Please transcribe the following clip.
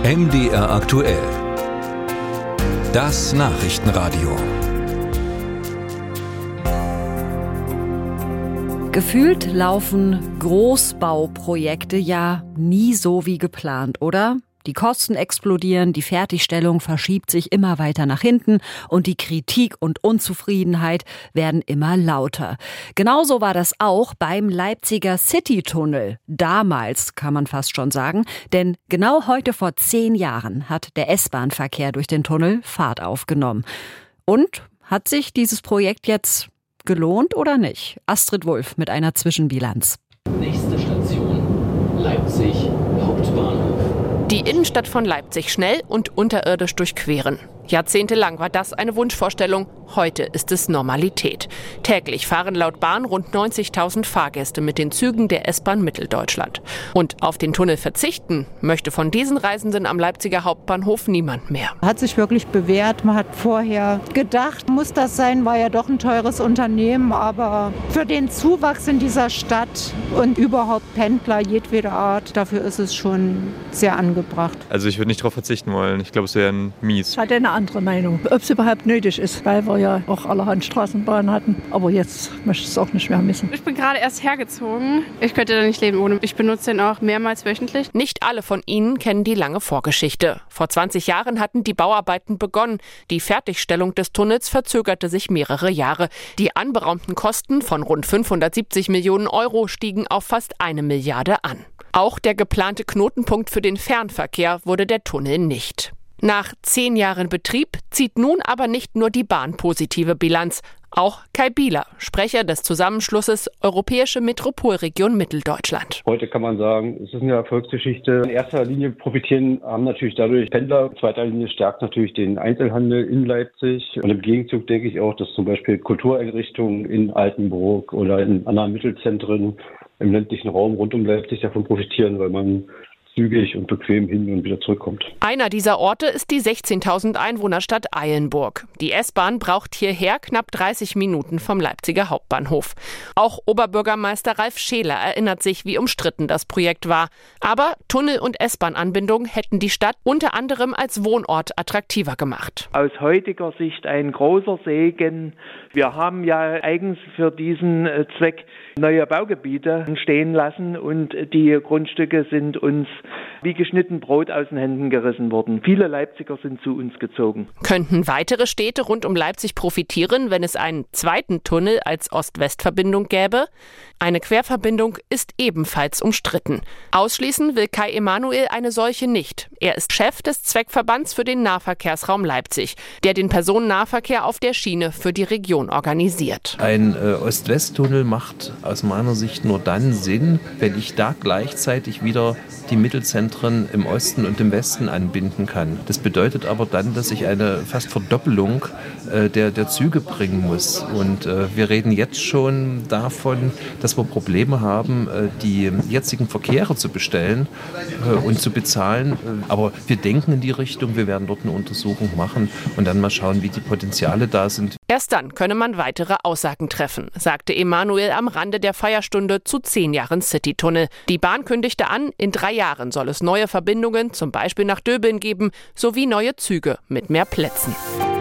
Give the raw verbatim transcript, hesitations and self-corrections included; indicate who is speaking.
Speaker 1: M D R aktuell. Das Nachrichtenradio.
Speaker 2: Gefühlt laufen Großbauprojekte ja nie so wie geplant, oder? Die Kosten explodieren, die Fertigstellung verschiebt sich immer weiter nach hinten und die Kritik und Unzufriedenheit werden immer lauter. Genauso war das auch beim Leipziger Citytunnel. Damals, kann man fast schon sagen, denn genau heute vor zehn Jahren hat der S-Bahn-Verkehr durch den Tunnel Fahrt aufgenommen. Und hat sich dieses Projekt jetzt gelohnt oder nicht? Astrid Wulff mit einer Zwischenbilanz.
Speaker 3: Nächste Station, Leipzig Hauptbahnhof.
Speaker 4: Die Innenstadt von Leipzig schnell und unterirdisch durchqueren. Jahrzehntelang war das eine Wunschvorstellung, heute ist es Normalität. Täglich fahren laut Bahn rund neunzigtausend Fahrgäste mit den Zügen der S-Bahn Mitteldeutschland. Und auf den Tunnel verzichten möchte von diesen Reisenden am Leipziger Hauptbahnhof niemand mehr.
Speaker 5: Hat sich wirklich bewährt. Man hat vorher gedacht, muss das sein, war ja doch ein teures Unternehmen. Aber für den Zuwachs in dieser Stadt und überhaupt Pendler jedweder Art, dafür ist es schon sehr angebracht.
Speaker 6: Also ich würde nicht darauf verzichten wollen. Ich glaube, es wäre mies.
Speaker 7: Hat eine andere Meinung, ob es überhaupt nötig ist, weil wir ja auch allerhand Straßenbahnen hatten. Aber jetzt möchte ich es auch nicht mehr missen.
Speaker 8: Ich bin gerade erst hergezogen. Ich könnte da nicht leben ohne. Ich benutze den auch mehrmals wöchentlich.
Speaker 4: Nicht alle von Ihnen kennen die lange Vorgeschichte. Vor zwanzig Jahren hatten die Bauarbeiten begonnen. Die Fertigstellung des Tunnels verzögerte sich mehrere Jahre. Die anberaumten Kosten von rund fünfhundertsiebzig Millionen Euro stiegen auf fast eine Milliarde an. Auch der geplante Knotenpunkt für den Fernverkehr wurde der Tunnel nicht. Nach zehn Jahren Betrieb zieht nun aber nicht nur die Bahn positive Bilanz. Auch Kai Bieler, Sprecher des Zusammenschlusses Europäische Metropolregion Mitteldeutschland.
Speaker 9: Heute kann man sagen, es ist eine Erfolgsgeschichte. In erster Linie profitieren haben natürlich dadurch Pendler. In zweiter Linie stärkt natürlich den Einzelhandel in Leipzig. Und im Gegenzug denke ich auch, dass zum Beispiel Kultureinrichtungen in Altenburg oder in anderen Mittelzentren im ländlichen Raum rund um Leipzig davon profitieren, weil man zügig und bequem hin und wieder zurückkommt.
Speaker 4: Einer dieser Orte ist die sechzehntausend Einwohnerstadt Eilenburg. Die S-Bahn braucht hierher knapp dreißig Minuten vom Leipziger Hauptbahnhof. Auch Oberbürgermeister Ralf Scheler erinnert sich, wie umstritten das Projekt war. Aber Tunnel- und S-Bahn-Anbindung hätten die Stadt unter anderem als Wohnort attraktiver gemacht.
Speaker 10: Aus heutiger Sicht ein großer Segen. Wir haben ja eigens für diesen Zweck neue Baugebiete stehen lassen und die Grundstücke sind uns wie geschnitten Brot aus den Händen gerissen worden. Viele Leipziger sind zu uns gezogen.
Speaker 4: Könnten weitere Städte rund um Leipzig profitieren, wenn es einen zweiten Tunnel als Ost-West-Verbindung gäbe? Eine Querverbindung ist ebenfalls umstritten. Ausschließen will Kai Emanuel eine solche nicht. Er ist Chef des Zweckverbands für den Nahverkehrsraum Leipzig, der den Personennahverkehr auf der Schiene für die Region organisiert.
Speaker 11: Ein äh, Ost-West-Tunnel macht aus meiner Sicht nur dann Sinn, wenn ich da gleichzeitig wieder die Mittelzentren im Osten und im Westen anbinden kann. Das bedeutet aber dann, dass ich eine fast Verdoppelung äh, der, der Züge bringen muss. Und äh, wir reden jetzt schon davon, dass wir Probleme haben, äh, die jetzigen Verkehre zu bestellen äh, und zu bezahlen. Aber wir denken in die Richtung, wir werden dort eine Untersuchung machen und dann mal schauen, wie die Potenziale da sind.
Speaker 4: Erst dann könne man weitere Aussagen treffen, sagte Emanuel am Rande der Feierstunde zu zehn Jahren Citytunnel. Die Bahn kündigte an, in drei Jahren soll es neue Verbindungen, zum Beispiel nach Döbeln geben, sowie neue Züge mit mehr Plätzen.